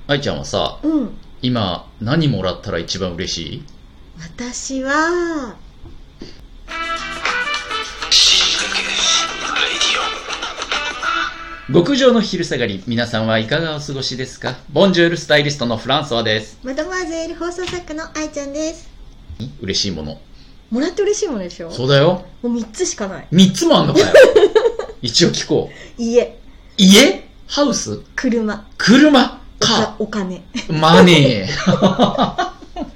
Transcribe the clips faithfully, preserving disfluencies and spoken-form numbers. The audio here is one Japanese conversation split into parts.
愛ちゃんはさ、 うん、 今何もらったら一番嬉しい？ 私は極上の昼下がり、皆さんはいかがお過ごしですか？ボンジュールスタイリストのフランソワです。 マドモアゼール放送作家の愛ちゃんです。 嬉しいものもらって嬉しいものでしょ？ そうだよ。 もうみっつしかない。 みっつもあんのかよ一応聞こう。 家、 家、ハウス、 車、 車、カお金、 マネー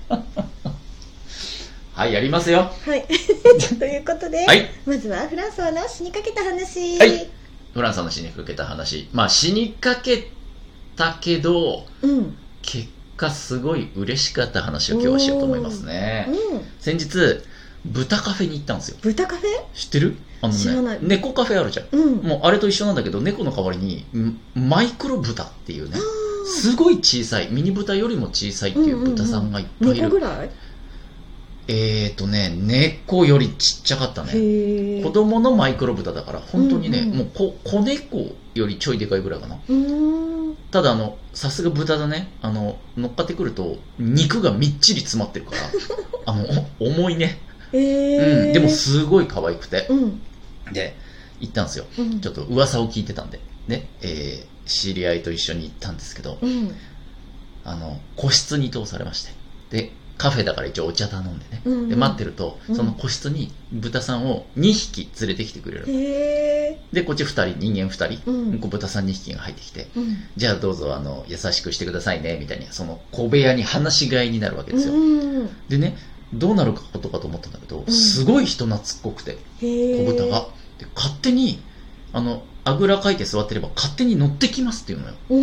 はい、やりますよ。 はいということで、 はい、 まずはフランソワの死にかけた話。 はい、フランスの死にかけた話。まあ死にかけたけど、 うん、 結果すごい嬉しかった話を今日はしようと思いますね。 うん、 先日豚カフェに行ったんですよ。 豚カフェ知ってる？あのね、 知らない。 猫カフェあるじゃん、 うん、 もうあれと一緒なんだけど、猫の代わりにマイクロ豚っていうね、すごい小さい、ミニ豚よりも小さいっていう豚さんがいっぱいいる。 猫ぐらい？ えーとね、猫よりちっちゃかったね。子供のマイクロ豚だから本当にね、うんうん、もう子猫よりちょいでかいぐらいかな。うーん、ただあのさすが豚だね、あの乗っかってくると肉がみっちり詰まってるからあの重いね、えーうん、でもすごい可愛くて、うん、で行ったんですよ、うん、ちょっと噂を聞いてたんでね、えー、知り合いと一緒に行ったんですけど、うん、あの個室に通されまして、でカフェだから一応お茶頼んでね、うんうん、で待ってるとその個室に豚さんをにひき連れてきてくれる、うん、でこっちふたり、人間ふたり、うん、豚さんにひきが入ってきて、うん、じゃあどうぞあの優しくしてくださいねみたいに、その小部屋に話し飼いになるわけですよ、うん、でね、どうなることかと思ったんだけど、うん、すごい人懐っこくて小豚がで勝手にあのあぐらかいて座ってれば勝手に乗ってきますっていうのよ、うん、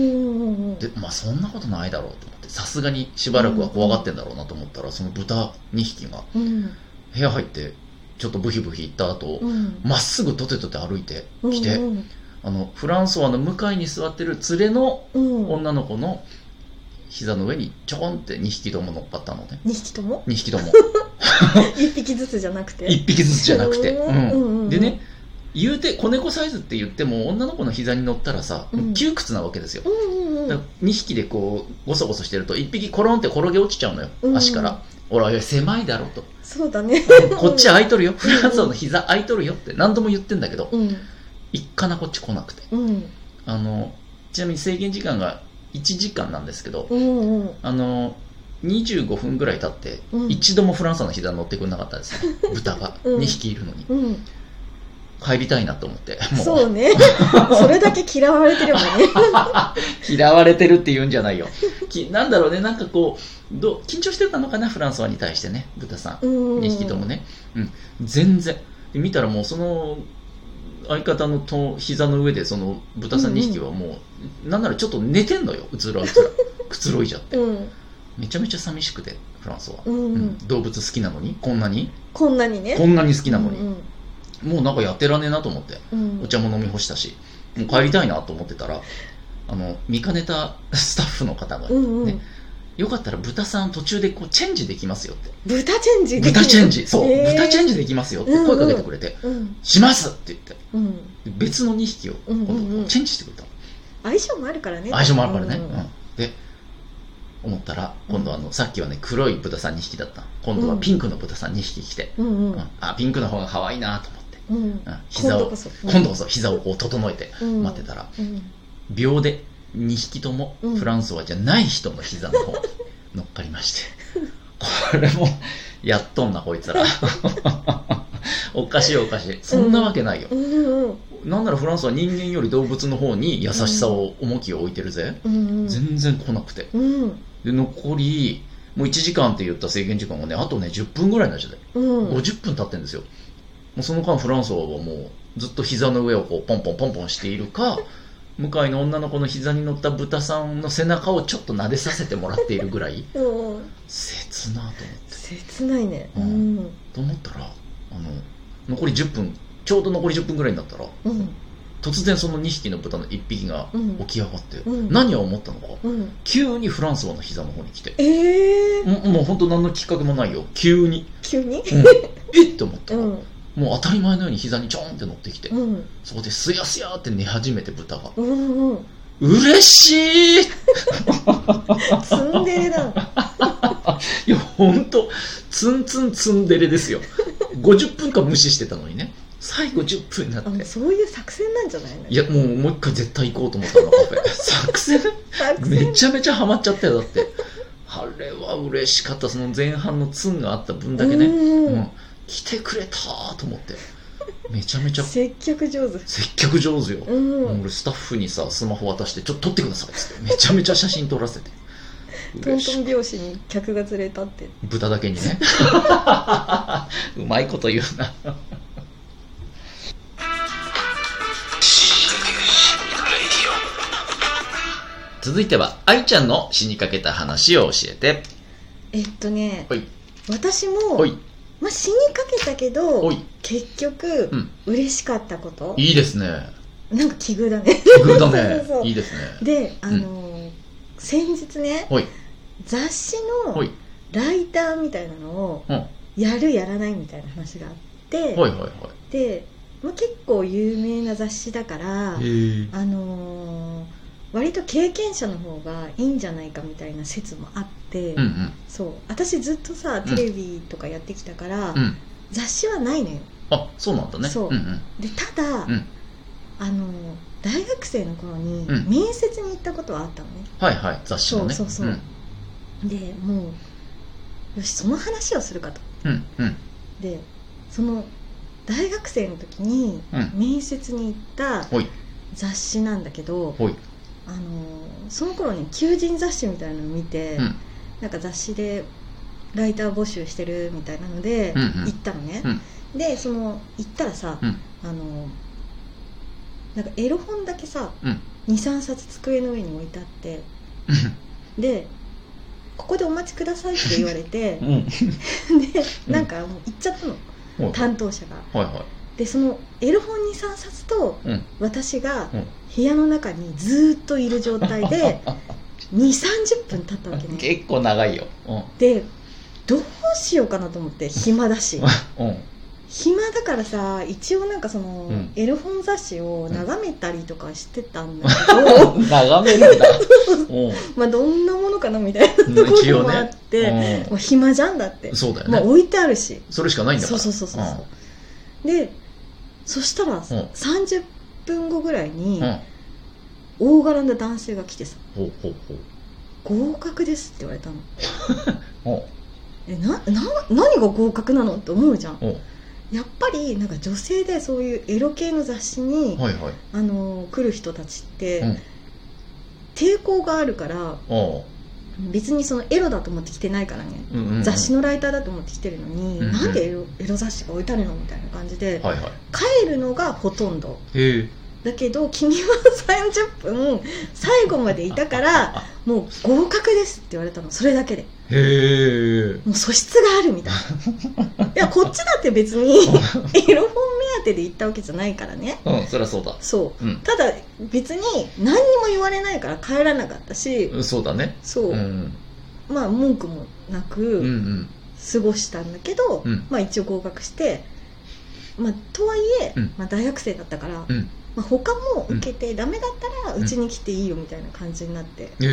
でまあそんなことないだろうと思って、さすがにしばらくは怖がってんだろうなと思ったら、その豚にひきが部屋入ってちょっとブヒブヒ行った後、ま、っすぐトテトテ歩いてきて、あのフランソワの向かいに座ってる連れの女の子の膝の上にちょこんってにひきとも乗っかったのね。 にひきともにひきともいっぴきずつじゃなくていっぴきずつじゃなくて、うん、でね、言うて子猫サイズって言っても女の子の膝に乗ったらさ、うん、窮屈なわけですよ、うんうんうん、だからにひきでこうゴソゴソしてるといっぴきコロンって転げ落ちちゃうのよ、うんうん、足から。ほら狭いだろと。 そうだねこっち空いとるよフランスの膝空いとるよって何度も言ってんだけど、うん、いっかなこっち来なくて、うん、あのちなみに制限時間がいちじかんなんですけど、うんうん、あのにじゅうごふんぐらい経って、うん、一度もフランスの膝乗ってくれなかったですね豚が、うん、にひきいるのに、うん、帰りたいなと思って。もうそうねそれだけ嫌われてるもんね嫌われてるって言うんじゃないよきなんだろうね、なんかこうど緊張してたのかな、フランソワに対してね、豚さんにひきともね、うん、全然で見たらもうその相方のと膝の上でその豚さんにひきはもう、うんうん、なんならちょっと寝てんのよ、うつらうつらくつろいじゃって、うん、めちゃめちゃ寂しくてフランソワ、うんうんうん、動物好きなのにこんなにこんなにねこんなに好きなのに、うんうん、もうなんかやってらねえなと思って、うん、お茶も飲み干したしもう帰りたいなと思ってたら、あの見かねたスタッフの方がね、うんうん、よかったら豚さん途中でこうチェンジできますよって。 豚チェンジできる？ 豚チェンジ、そう、豚チェンジできますよって声かけてくれて、うんうん、しますって言って、うん、別のにひきを今度チェンジしてくれたの、 相性もあるからね。 相性もあるからね、うんうん、で思ったら今度あのさっきはね黒い豚さんにひきだった、今度はピンクの豚さんにひき来て、うんうんうん、あピンクの方が可愛いなと思って、うんうん、膝を今度こそ、うん、今度こそ膝をこう整えて待ってたら、うんうん、秒でにひきともフランソワじゃない人の膝の方に乗っかりましてこれもやっとんなこいつらおかしいおかしい、そんなわけないよ、うんうん、なんならフランスは人間より動物の方に優しさを重きを置いてるぜ、うんうん、全然来なくて、うん、で残りもういちじかんって言った制限時間がねあとねじゅっぷんぐらいになっちゃって、うん、ごじゅっぷん経ってるんですよ。もうその間フランスはもうずっと膝の上をこうポンポンポンポンしているか向かいの女の子の膝に乗った豚さんの背中をちょっと撫でさせてもらっているぐらい、うん、切なと思って、 切ないね、 うんうん、と思ったらあの残りじゅっぷん、ちょうど残りじゅっぷんぐらいになったら、うん、突然そのにひきの豚のいっぴきが起き上がって、うん、何を思ったのか、うん、急にフランソワの膝の方に来て、えー、も, もう本当何のきっかけもないよ、急に急に、うん、 えっって思ったら、うん、もう当たり前のように膝にちょんって乗ってきて、うん、そこですやすやって寝始めて豚が、うんうん、嬉しいツンデレだ。 いやほんとツンツンツンデレですよ。ごじゅっぷんかん無視してたのにね、最後じゅっぷんになって。 そういう作戦なんじゃないの？ いやもうもう一回絶対行こうと思ったのカフェ。作戦めちゃめちゃハマっちゃったよ。だってあれは嬉しかった。その前半のツンがあった分だけね、うん、来てくれたと思って、めちゃめちゃ接客上手。 接客上手よ、うん、俺スタッフにさスマホ渡してちょっと撮ってくださいっつってめちゃめちゃ写真撮らせてトントン拍子に客が連れたって、 豚だけにねうまいこと言うな続いては愛ちゃんの死にかけた話を教えて。 えっとねおい私もおい、 まあ、死にかけたけどおい結局、うん、嬉しかったこと。 いいですね。 なんか奇遇だね。 奇遇だね。そうそうそう、いいですね。 で、あのーうん、先日ねおい雑誌のライターみたいなのをやるやらないみたいな話があって、はいはいはい、 で、まあ、結構有名な雑誌だから、あのー、割と経験者の方がいいんじゃないかみたいな説もあって、うんうん、そう私ずっとさテレビとかやってきたから、うん、雑誌はないのよ。 あ、そうなんだね。 そう、うんうん、でただ、うん、あの大学生の頃に面接に行ったことはあったのね、 うん、はいはい、雑誌のね。 そうそうそう、うん、でもうよしその話をするかと、 うんうん、 でその大学生の時に面接に行った雑誌なんだけど、 うん、 あのその頃に求人雑誌みたいなのを見て、うん、なんか雑誌でライター募集してるみたいなので行ったのね、うんうん、でその行ったらさ、うん、あのなんかエロ本だけさ、うん、にさんさつ机の上に置いてあってでここでお待ちくださいって言われて、うん、でなんかもう行っちゃったの、うん、担当者が、はいはい、でそのエロ本にさんさつと、うん、私が部屋の中にずっといる状態でにじゅうさんじゅっぷん経ったわけね。 結構長いよ、うん、 でどうしようかなと思って、暇だし、うん、暇だからさ一応なんかその、うん、エロ本雑誌を眺めたりとかしてたんだけど、 うん、眺めるんだまあどんなものかなみたいなところもあって、ね、もう暇じゃんだって。 そうだよね、 まあ、置いてあるしそれしかないんだから。 そうそうそうそう、うん、でそしたら、うん、さんじゅっぷんごぐらいに、うん、大柄な男性が来てさ、 ほうほうほう、 合格ですって言われたのえなな何が合格なのって思うじゃん。やっぱりなんか女性でそういうエロ系の雑誌に、はいはい、あの来る人たちって、うん、抵抗があるから別にそのエロだと思ってきてないからね、うんうんうん、雑誌のライターだと思ってきてるのに、うんうん、なんでエロ、エロ雑誌が置いてあるのみたいな感じで、はいはい、帰るのがほとんど。へだけど君はさんじゅっぷん最後までいたからもう合格ですって言われたの、それだけで。 へもう素質があるみたいな。いやこっちだって別にエロ本目当てで行ったわけじゃないからね。 うん、そりゃそうだ。 そう、うん、ただ別に何にも言われないから帰らなかったし。 そうだね。 そう、うん、まあ文句もなく過ごしたんだけど、うん、まあ一応合格して、まあとはいえ、うん、まあ、大学生だったから、うん、まあ、他も受けてダメだったらうちに来ていいよみたいな感じになって、うん、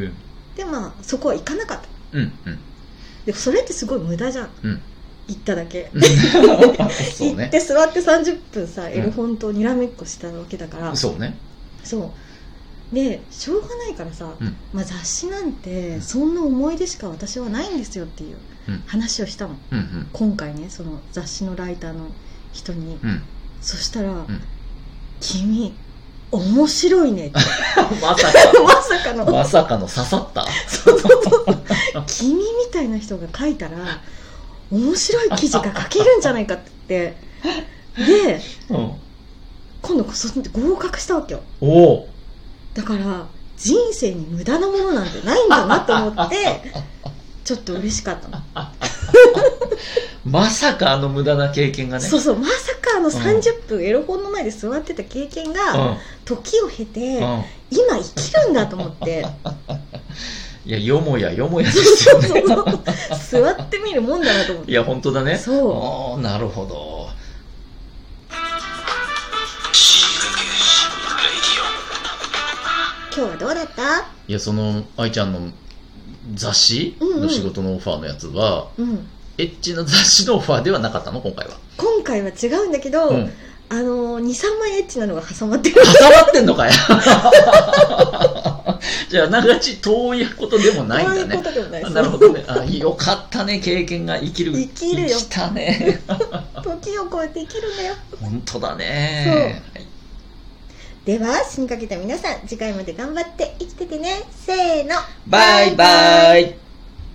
でまあそこは行かなかった。うんうん、でそれってすごい無駄じゃん、うん、行っただけそう、ね、行って座ってさんじゅっぷんさエロ本とにらめっこしたわけだから、 うん、そうね。 そうでしょうがないからさ、うんまあ、雑誌なんてそんな思い出しか私はないんですよっていう話をしたの、うんうん、今回ねその雑誌のライターの人に、うん、そしたら、うん、君面白いねってまさかまさかのまさかの刺さったそうそうそう君みたいな人が書いたら面白い記事が書けるんじゃないかって言ってで、うん、今度そ合格したわけよ。 おだから人生に無駄なものなんてないんだなと思ってちょっと嬉しかったのまさかあの無駄な経験がね。 そうそう、まさかあのさんじゅっぷん、うん、エロ本の前で座ってた経験が、うん、時を経て、うん、今生きるんだと思っていやよもやよもやですよねそうそうそう座ってみるもんだなと思って。 いや本当だね。 そうなるほど。 今日はどうだった？ いや、その愛ちゃんの雑誌の仕事のオファーのやつは、うんうん、エッチな雑誌のオファーではなかったの今回は。 今回は違うんだけど、うん、あの にさんまいエッチなのが挟まってる。 挟まってんのかよ。じゃあながち遠いことでもないんだね。 遠いことでもないです。 なるほどね。あ、よかったね、経験が生きる。 生きるよ。 生きたね。 時を超えて生きるんだよ。 本当だね。 そう、はい、では死にかけた皆さん、次回まで頑張って生きててね。せーの、 バイバイ。